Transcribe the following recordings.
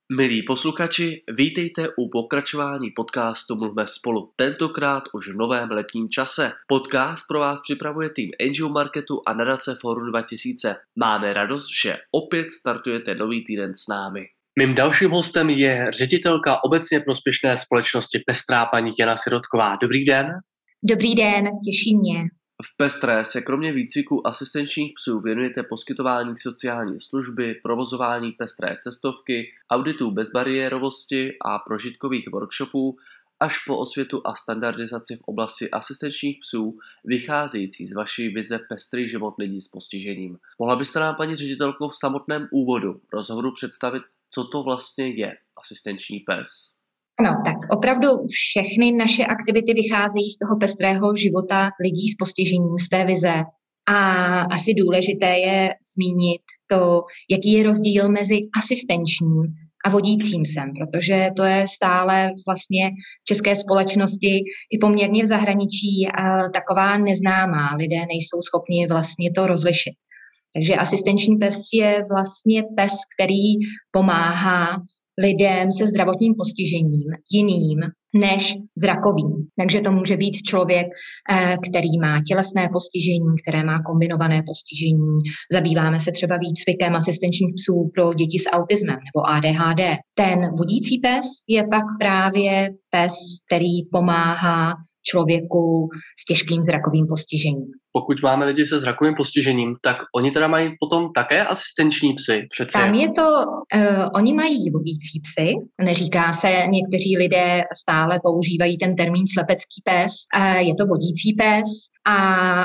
Milí posluchači, vítejte u pokračování podcastu Mluvme spolu, tentokrát už v novém letním čase. Podcast pro vás připravuje tým NGO Marketu a nadace Forum 2000. Máme radost, že opět startujete nový týden s námi. Mým dalším hostem je ředitelka obecně prospěšné společnosti Pestrá paní Jana Sirotková. Dobrý den. Dobrý den, těší mě. V Pestré se kromě výcviku asistenčních psů věnujete poskytování sociální služby, provozování pestré cestovky, auditů bezbariérovosti a prožitkových workshopů až po osvětu a standardizaci v oblasti asistenčních psů, vycházející z vaší vize pestrý život lidí s postižením. Mohla byste nám, paní ředitelko, v samotném úvodu rozhovoru představit, co to vlastně je asistenční pes? Ano, tak opravdu všechny naše aktivity vycházejí z toho pestrého života lidí s postižením, z té vize. A asi důležité je zmínit to, jaký je rozdíl mezi asistenčním a vodícím psem, protože to je stále vlastně v české společnosti i poměrně v zahraničí taková neznámá. Lidé nejsou schopni vlastně to rozlišit. Takže asistenční pes je vlastně pes, který pomáhá lidem se zdravotním postižením jiným než zrakovým. Takže to může být člověk, který má tělesné postižení, které má kombinované postižení. Zabýváme se třeba výcvikem asistenčních psů pro děti s autismem nebo ADHD. Ten vodící pes je pak právě pes, který pomáhá člověku s těžkým zrakovým postižením. Pokud máme lidi se zrakovým postižením, tak oni teda mají potom také asistenční psy? Tam je to, oni mají vodící psy, neříká se, někteří lidé stále používají ten termín slepecký pes, je to vodící pes a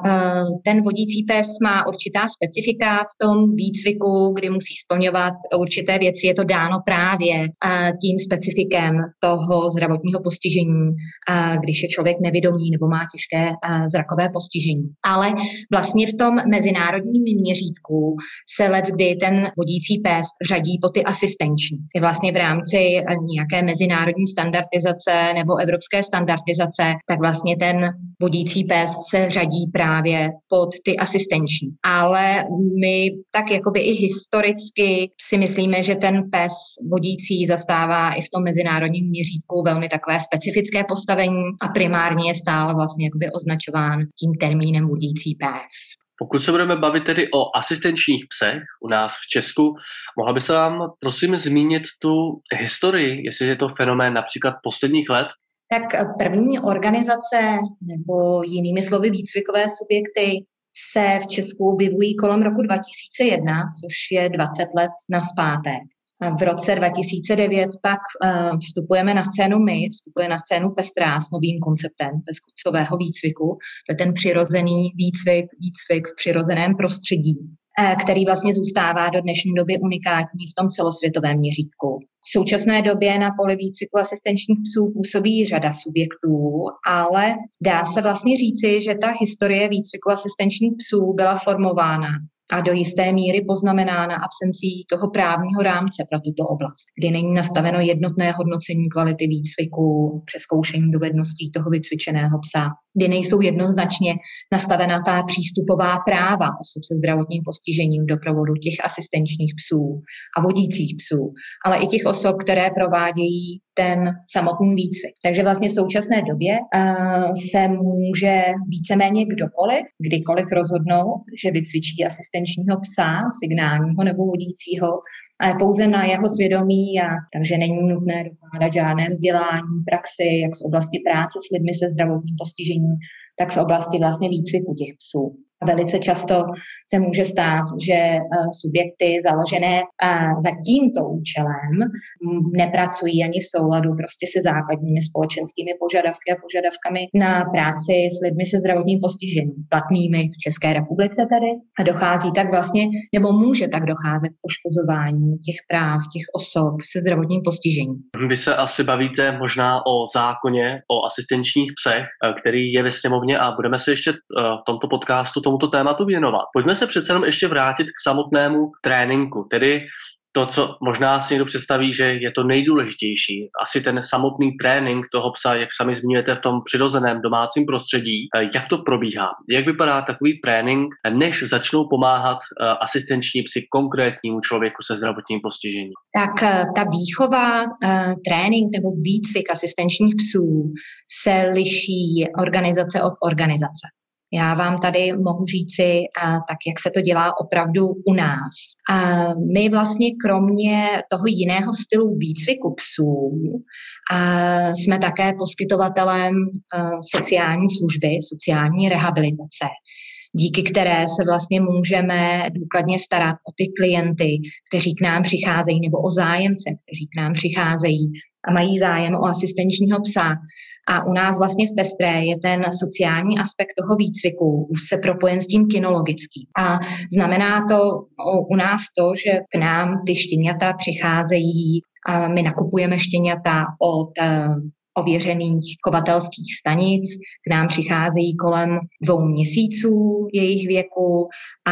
ten vodící pes má určitá specifika v tom výcviku, kdy musí splňovat určité věci, je to dáno právě tím specifikem toho zdravotního postižení, když je člověk nevidomý nebo má těžké zrakové postižení. Ale vlastně v tom mezinárodním měřítku se leckdy ten vodící pes řadí po ty asistenční. I vlastně v rámci nějaké mezinárodní standardizace nebo evropské standardizace, tak vlastně ten vodící pes se řadí právě pod ty asistenční. Ale my tak jakoby i historicky si myslíme, že ten pes vodící zastává i v tom mezinárodním měřítku velmi takové specifické postavení a primárně je stále vlastně jakoby označován tím termínem vodící pes. Pokud se budeme bavit tedy o asistenčních psech u nás v Česku, mohla by se vám prosím zmínit tu historii, jestli je to fenomén například posledních let? Tak první organizace nebo jinými slovy výcvikové subjekty se v Česku objevují kolem roku 2001, což je 20 let nazpátek. V roce 2009 pak vstupuje na scénu Pestrá s novým konceptem bezkucového výcviku. To je ten přirozený výcvik v přirozeném prostředí, který vlastně zůstává do dnešní doby unikátní v tom celosvětovém měřítku. V současné době na poli výcviku asistenčních psů působí řada subjektů, ale dá se vlastně říci, že ta historie výcviku asistenčních psů byla formována a do jisté míry poznamenána absencí toho právního rámce pro tuto oblast, kdy není nastaveno jednotné hodnocení kvality výcviku, přezkoušení dovedností toho vycvičeného psa, kdy nejsou jednoznačně nastavena ta přístupová práva osob se zdravotním postižením do provodu těch asistenčních psů a vodících psů, ale i těch osob, které provádějí ten samotný výcvik. Takže vlastně v současné době se může víceméně kdokoliv, kdykoliv rozhodnout, že vycvičí asistenčního psa, signálního nebo vodícího, ale pouze na jeho svědomí, takže není nutné dokládat žádné vzdělání, praxi, jak z oblasti práce s lidmi se zdravotním postižením, tak z oblasti vlastně výcviku těch psů. A velice často se může stát, že subjekty založené za tímto účelem nepracují ani v souladu prostě se základními společenskými požadavky a požadavkami na práci s lidmi se zdravotním postižením, platnými v České republice tedy. A dochází tak vlastně, nebo může tak docházet k poškozování těch práv, těch osob se zdravotním postižením. Vy se asi bavíte možná o zákoně o asistenčních psech, který je ve sněmovně a budeme se ještě v tomto podcastu tomuto tématu věnovat. Pojďme se přece jenom ještě vrátit k samotnému tréninku, tedy To, co možná si někdo představí, že je to nejdůležitější, asi ten samotný trénink toho psa, jak sami zmiňujete v tom přirozeném domácím prostředí, jak to probíhá? Jak vypadá takový trénink, než začnou pomáhat asistenční psy konkrétnímu člověku se zdravotním postižením? Tak ta výchova, trénink nebo výcvik asistenčních psů se liší organizace od organizace. Já vám tady mohu říci, tak jak se to dělá opravdu u nás. My vlastně kromě toho jiného stylu výcviku psů jsme také poskytovatelem sociální služby, sociální rehabilitace, díky které se vlastně můžeme důkladně starat o ty klienty, kteří k nám přicházejí, nebo o zájemce, kteří k nám přicházejí a mají zájem o asistenčního psa. A u nás vlastně v Pestré je ten sociální aspekt toho výcviku už se propojen s tím kinologickým. A znamená to u nás to, že k nám ty štěňata přicházejí a my nakupujeme štěňata od ověřených chovatelských stanic, k nám přicházejí kolem 2 měsíců jejich věku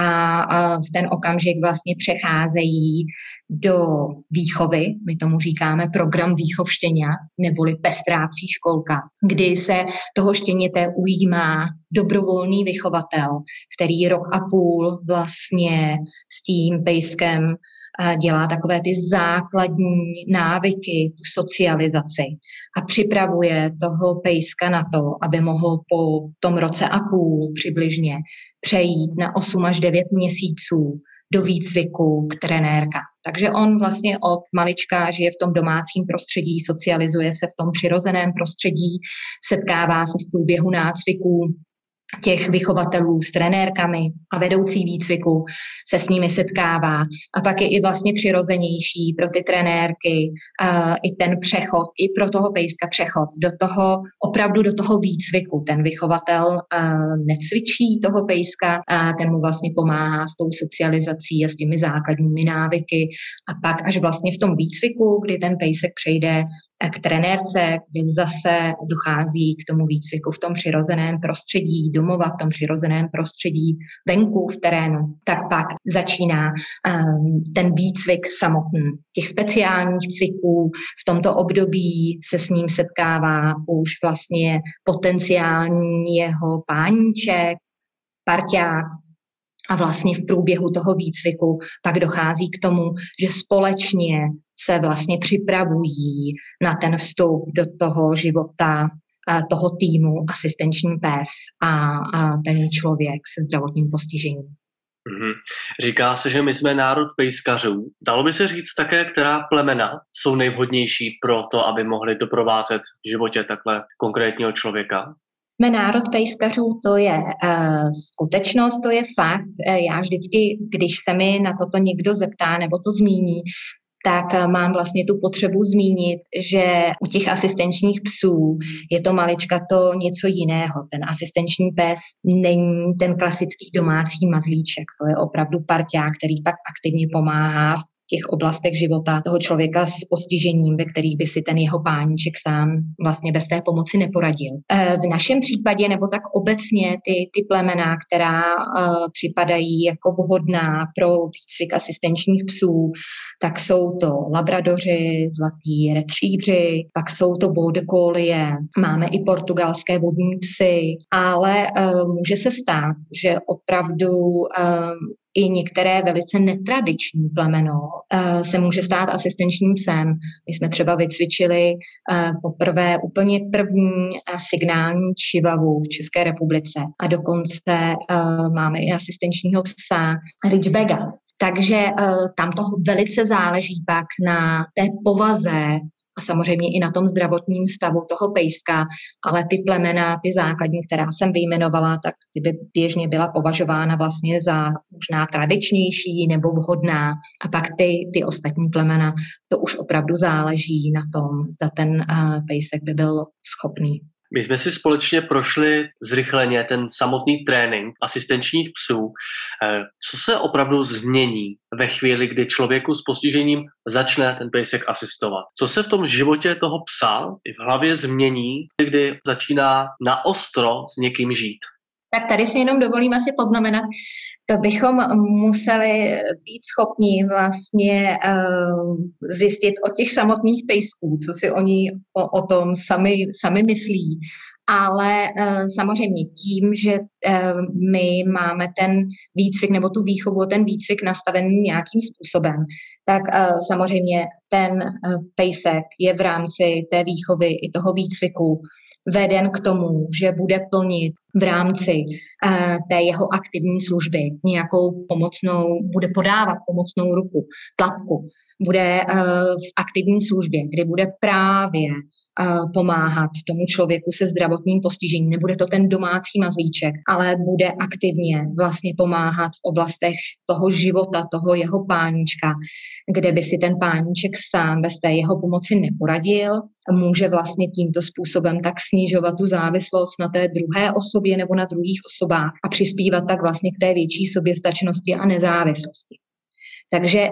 a v ten okamžik vlastně přecházejí do výchovy, my tomu říkáme program výchov štěňat, neboli pestrá psí školka, kdy se toho štěněte ujímá dobrovolný vychovatel, který 1,5 roku vlastně s tím pejskem dělá takové ty základní návyky, tu socializaci a připravuje toho pejska na to, aby mohl po tom 1,5 roku přibližně přejít na 8 až 9 měsíců do výcviku k trenérka. Takže on vlastně od malička žije v tom domácím prostředí, socializuje se v tom přirozeném prostředí, setkává se v průběhu nácviků těch vychovatelů s trenérkami a vedoucí výcviku se s nimi setkává. A pak je i vlastně přirozenější pro ty trenérky i ten přechod, i pro toho pejska přechod opravdu do toho výcviku. Ten vychovatel necvičí toho pejska, ten mu vlastně pomáhá s tou socializací a s těmi základními návyky. A pak až vlastně v tom výcviku, kdy ten pejsek přejde k trenérce, kdy zase dochází k tomu výcviku v tom přirozeném prostředí domova, v tom přirozeném prostředí venku v terénu, tak pak začíná ten výcvik samotný. Těch speciálních cviků v tomto období se s ním setkává už vlastně potenciální jeho páníček, parťák. A vlastně v průběhu toho výcviku pak dochází k tomu, že společně se vlastně připravují na ten vstup do toho života toho týmu asistenční pes a ten člověk se zdravotním postižením. Mm-hmm. Říká se, že my jsme národ pejskařů. Dalo by se říct také, která plemena jsou nejvhodnější pro to, aby mohli doprovázet v životě takhle konkrétního člověka? Jsme národ pejskařů, to je skutečnost, to je fakt. Já vždycky, když se mi na toto někdo zeptá nebo to zmíní, tak mám vlastně tu potřebu zmínit, že u těch asistenčních psů je to malička to něco jiného. Ten asistenční pes není ten klasický domácí mazlíček. To je opravdu parťák, který pak aktivně pomáhá v těch oblastech života toho člověka s postižením, ve kterých by si ten jeho páníček sám vlastně bez té pomoci neporadil. V našem případě, nebo tak obecně ty plemena, která připadají jako vhodná pro výcvik asistenčních psů, tak jsou to labradoři, zlatý retrievři, pak jsou to border collie, máme i portugalské vodní psy, ale může se stát, že opravdu i některé velice netradiční plemeno se může stát asistenčním psem. My jsme třeba vycvičili poprvé úplně první signální čivavu v České republice a dokonce máme i asistenčního psa Ridgebacka. Takže tam toho velice záleží pak na té povaze a samozřejmě i na tom zdravotním stavu toho pejska, ale ty plemena, ty základní, která jsem vyjmenovala, tak ty by běžně byla považována vlastně za možná tradičnější nebo vhodná. A pak ty ostatní plemena, to už opravdu záleží na tom, zda ten pejsek by byl schopný. My jsme si společně prošli zrychleně ten samotný trénink asistenčních psů. Co se opravdu změní ve chvíli, kdy člověku s postižením začne ten pejsek asistovat? Co se v tom životě toho psa i v hlavě změní, kdy začíná naostro s někým žít? Tak tady si jenom dovolím asi poznamenat, To bychom museli být schopni vlastně zjistit od těch samotných pejsků, co si oni o tom sami myslí. Ale samozřejmě tím, že my máme ten výcvik nebo tu výchovu, ten výcvik nastavený nějakým způsobem, tak samozřejmě ten pejsek je v rámci té výchovy i toho výcviku veden k tomu, že bude plnit v rámci té jeho aktivní služby nějakou pomocnou, bude podávat pomocnou ruku, tlapku, bude v aktivní službě, kdy bude právě pomáhat tomu člověku se zdravotním postižením. Nebude to ten domácí mazlíček, ale bude aktivně vlastně pomáhat v oblastech toho života, toho jeho páníčka, kde by si ten páníček sám bez té jeho pomoci neporadil. Může vlastně tímto způsobem tak snižovat tu závislost na té druhé osobě nebo na druhých osobách a přispívat tak vlastně k té větší soběstačnosti a nezávislosti. Takže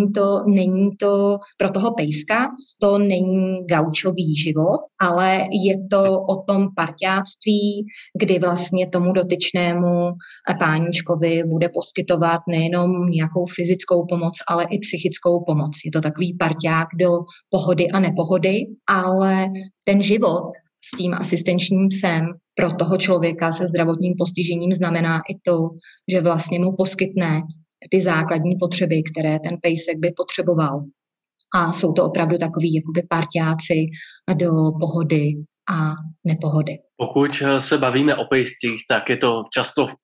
není to pro toho pejska, to není gaučový život, ale je to o tom parťáctví, kdy vlastně tomu dotyčnému páníčkovi bude poskytovat nejenom nějakou fyzickou pomoc, ale i psychickou pomoc. Je to takový parťák do pohody a nepohody, ale ten život s tím asistenčním psem pro toho člověka se zdravotním postižením znamená i to, že vlastně mu poskytne ty základní potřeby, které ten pejsek by potřeboval. A jsou to opravdu takový jakoby parťáci do pohody a nepohody. Pokud se bavíme o pejscích, tak je to často v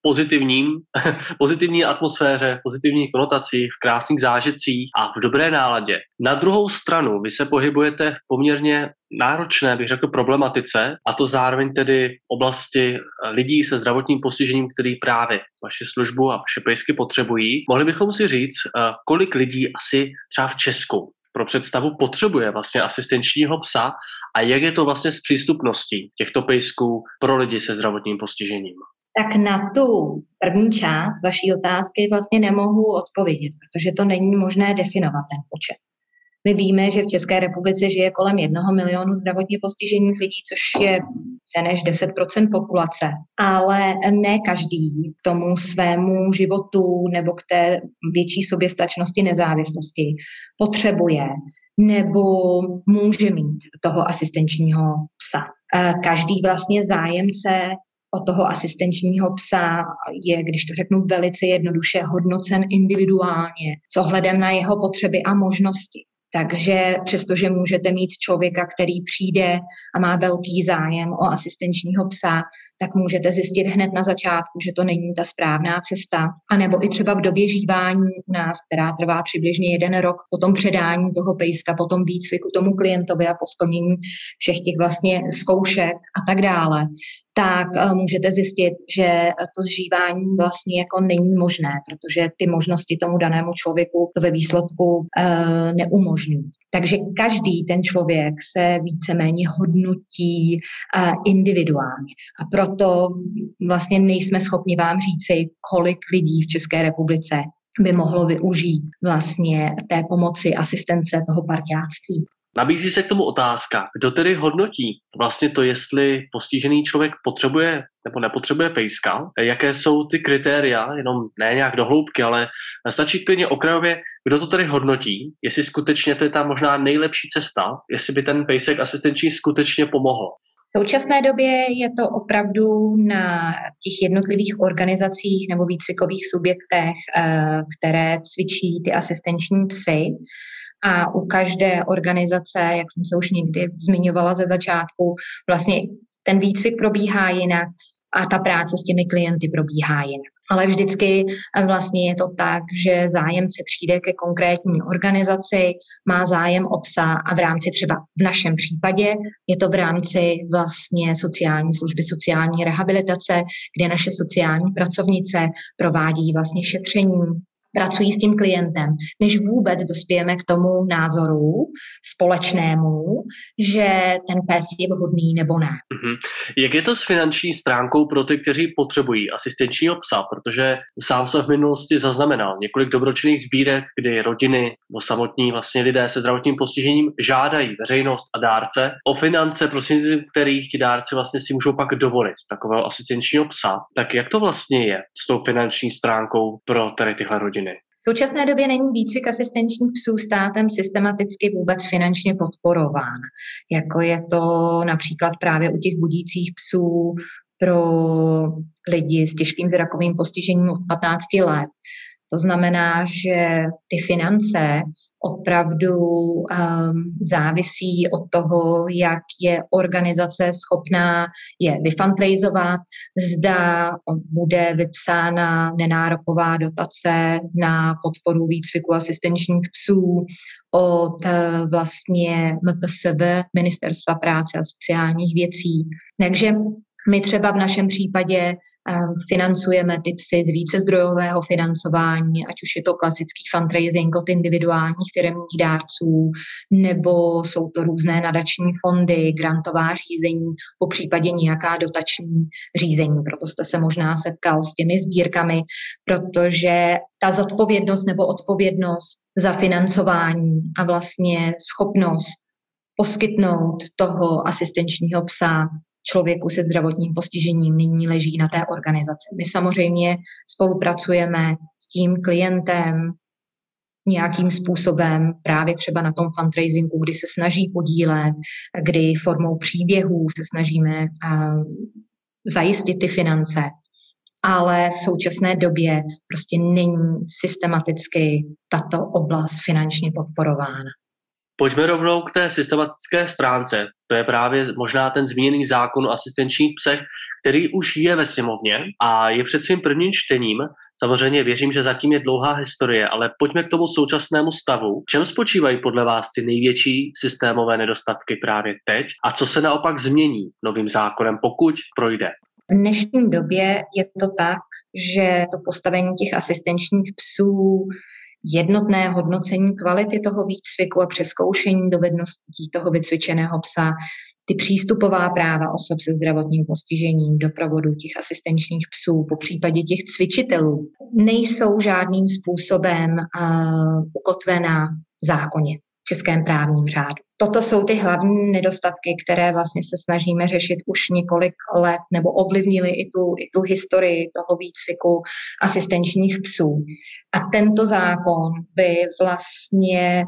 pozitivní atmosféře, pozitivní konotacích, v krásných zážitcích a v dobré náladě. Na druhou stranu, vy se pohybujete v poměrně náročné, bych řekl, problematice, a to zároveň tedy v oblasti lidí se zdravotním postižením, který právě vaši službu a vaše pejsky potřebují. Mohli bychom si říct, kolik lidí asi třeba v Česku pro představu potřebuje vlastně asistenčního psa a jak je to vlastně s přístupností těchto pejsků pro lidi se zdravotním postižením? Tak na tu první část vaší otázky vlastně nemohu odpovědět, protože to není možné definovat ten počet. My víme, že v České republice žije kolem 1 milionu zdravotně postižených lidí, což je více než 10% populace. Ale ne každý k tomu svému životu nebo k té větší soběstačnosti, nezávislosti potřebuje nebo může mít toho asistenčního psa. Každý vlastně zájemce o toho asistenčního psa je, když to řeknu velice jednoduše, hodnocen individuálně s ohledem na jeho potřeby a možnosti. Takže přestože můžete mít člověka, který přijde a má velký zájem o asistenčního psa, tak můžete zjistit hned na začátku, že to není ta správná cesta. A nebo i třeba v době žívání u nás, která trvá přibližně 1 rok, po tom předání toho pejska, po tom výcviku tomu klientovi a po splnění všech těch vlastně zkoušek a tak dále, tak můžete zjistit, že to zžívání vlastně jako není možné, protože ty možnosti tomu danému člověku to ve výsledku neumožňují. Takže každý ten člověk se víceméně hodnotí individuálně. A proto vlastně nejsme schopni vám říci, kolik lidí v České republice by mohlo využít vlastně té pomoci, asistence, toho parťáctví. Nabízí se k tomu otázka, kdo tedy hodnotí vlastně to, jestli postižený člověk potřebuje nebo nepotřebuje pejska, jaké jsou ty kritéria, jenom ne nějak do hloubky, ale stačí klidně okrajově, kdo to tedy hodnotí, jestli skutečně to je ta možná nejlepší cesta, jestli by ten pejsek asistenční skutečně pomohl. V současné době je to opravdu na těch jednotlivých organizacích nebo výcvikových subjektech, které cvičí ty asistenční psy. A u každé organizace, jak jsem se už někdy zmiňovala ze začátku, vlastně ten výcvik probíhá jinak a ta práce s těmi klienty probíhá jinak. Ale vždycky vlastně je to tak, že zájemce přijde ke konkrétní organizaci, má zájem o psa a v rámci třeba v našem případě je to v rámci vlastně sociální služby, sociální rehabilitace, kde naše sociální pracovnice provádí vlastně šetření pracují s tím klientem, než vůbec dospějeme k tomu názoru společnému, že ten pes je vhodný nebo ne. Jak je to s finanční stránkou pro ty, kteří potřebují asistenčního psa? Protože sám jsem v minulosti zaznamenal několik dobročinných sbírek, kdy rodiny nebo samotní vlastně lidé se zdravotním postižením žádají veřejnost a dárce o finance, prostřednictvím kterých ti dárci vlastně si můžou pak dovolit takového asistenčního psa. Tak jak to vlastně je s tou finanční stránkou pro tady tyhle rodiny? V současné době není výcvik asistenčních psů státem systematicky vůbec finančně podporován, jako je to například právě u těch vodících psů pro lidi s těžkým zrakovým postižením od 15 let. To znamená, že ty finance opravdu závisí od toho, jak je organizace schopná je vyfundraizovat, zda bude vypsána nenároková dotace na podporu výcviku asistenčních psů od vlastně MPSV, Ministerstva práce a sociálních věcí. Takže my třeba v našem případě financujeme ty psy z vícezdrojového financování, ať už je to klasický fundraising od individuálních firemních dárců, nebo jsou to různé nadační fondy, grantová řízení, popřípadě nějaká dotační řízení. Proto jste se možná setkal s těmi sbírkami, protože ta zodpovědnost nebo odpovědnost za financování a vlastně schopnost poskytnout toho asistenčního psa člověku se zdravotním postižením nyní leží na té organizaci. My samozřejmě spolupracujeme s tím klientem nějakým způsobem, právě třeba na tom fundraisingu, kdy se snaží podílet, kdy formou příběhů se snažíme zajistit ty finance, ale v současné době prostě není systematicky tato oblast finančně podporována. Pojďme rovnou k té systematické stránce. To je právě možná ten zmíněný zákon o asistenčních psech, který už je ve sněmovně a je před svým prvním čtením. Samozřejmě věřím, že zatím je dlouhá historie, ale pojďme k tomu současnému stavu. V čem spočívají podle vás ty největší systémové nedostatky právě teď a co se naopak změní novým zákonem, pokud projde? V dnešní době je to tak, že to postavení těch asistenčních psů, jednotné hodnocení kvality toho výcviku a přezkoušení dovedností toho vycvičeného psa, ty přístupová práva osob se zdravotním postižením, doprovodu těch asistenčních psů, po případě těch cvičitelů, nejsou žádným způsobem ukotvená v zákoně, v českém právním řádu. Toto jsou ty hlavní nedostatky, které vlastně se snažíme řešit už několik let, nebo ovlivnili i tu historii toho výcviku asistenčních psů. A tento zákon by vlastně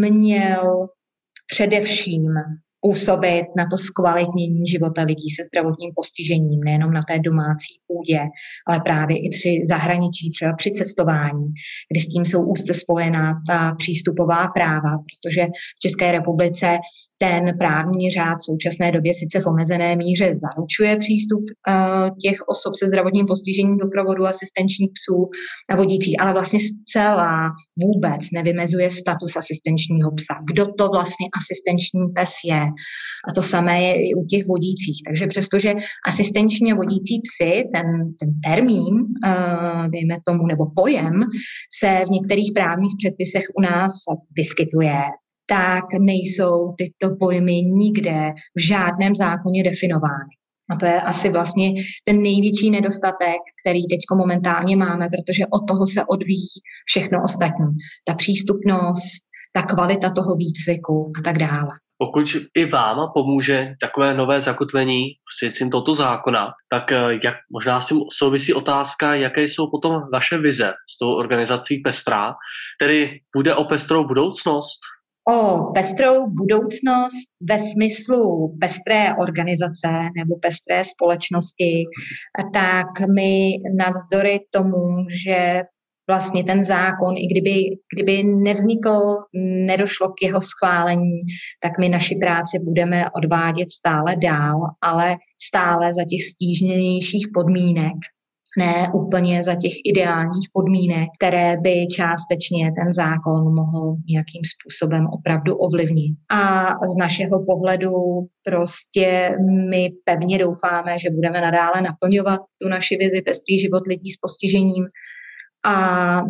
měl především působit na to zkvalitnění života lidí se zdravotním postižením, nejenom na té domácí půdě, ale právě i při zahraničí, třeba při cestování, kdy s tím jsou úzce spojená ta přístupová práva, protože v České republice ten právní řád v současné době sice v omezené míře zaručuje přístup těch osob se zdravotním postižením doprovodu asistenčních psů a vodící, ale vlastně zcela vůbec nevymezuje status asistenčního psa. Kdo to vlastně asistenční pes je? A to samé je i u těch vodících. Takže přestože asistenční a vodící psy, ten termín, dejme tomu, nebo pojem, se v některých právních předpisech u nás vyskytuje, tak nejsou tyto pojmy nikde v žádném zákoně definovány. A to je asi vlastně ten největší nedostatek, který teď momentálně máme, protože od toho se odvíjí všechno ostatní. Ta přístupnost, ta kvalita toho výcviku a tak dále. Pokud i vám pomůže takové nové zakotvení prostřednictvím tohoto zákona, tak jak možná s tím souvisí otázka, jaké jsou potom vaše vize s tou organizací Pestrá, tedy bude o pestrou budoucnost? O pestrou budoucnost ve smyslu pestré organizace nebo pestré společnosti, tak my navzdory tomu, že vlastně ten zákon, i kdyby nevznikl, nedošlo k jeho schválení, tak my naši práci budeme odvádět stále dál, ale stále za těch stížnějších podmínek, ne úplně za těch ideálních podmínek, které by částečně ten zákon mohl nějakým způsobem opravdu ovlivnit. A z našeho pohledu prostě my pevně doufáme, že budeme nadále naplňovat tu naši vizi pestrý život lidí s postižením a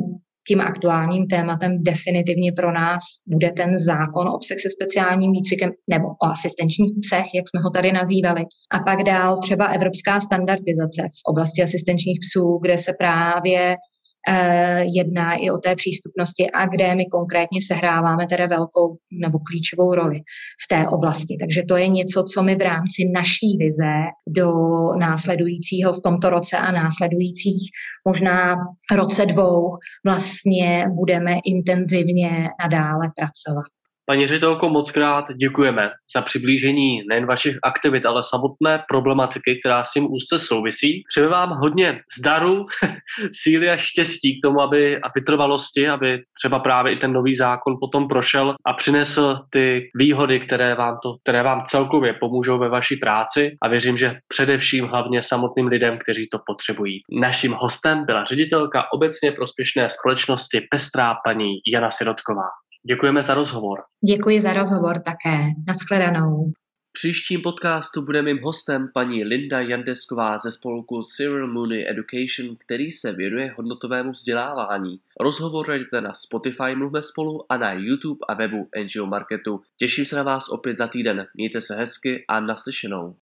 tím aktuálním tématem definitivně pro nás bude ten zákon o psech se speciálním výcvikem nebo o asistenčních psech, jak jsme ho tady nazývali. A pak dál třeba evropská standardizace v oblasti asistenčních psů, kde se právě jedná i o té přístupnosti a kde my konkrétně sehráváme teda velkou nebo klíčovou roli v té oblasti. Takže to je něco, co my v rámci naší vize do následujícího v tomto roce a následujících možná roce 2 vlastně budeme intenzivně nadále pracovat. Paní ředitelko, moc krát děkujeme za přiblížení nejen vašich aktivit, ale samotné problematiky, která s tím úzce souvisí. Přeji vám hodně zdaru, síly a štěstí k tomu, a vytrvalosti, aby třeba právě i ten nový zákon potom prošel a přinesl ty výhody, které vám celkově pomůžou ve vaší práci, a věřím, že především hlavně samotným lidem, kteří to potřebují. Naším hostem byla ředitelka obecně prospěšné společnosti Pestrá paní Jana Sirotková. Děkujeme za rozhovor. Děkuji za rozhovor také. Nashledanou. V příštím podcastu bude mým hostem paní Linda Jandesková ze spolku Cyril Mooney Education, který se věnuje hodnotovému vzdělávání. Rozhovor najdete na Spotify Mluvme spolu a na YouTube a webu NGO Marketu. Těším se na vás opět za týden. Mějte se hezky a naslyšenou.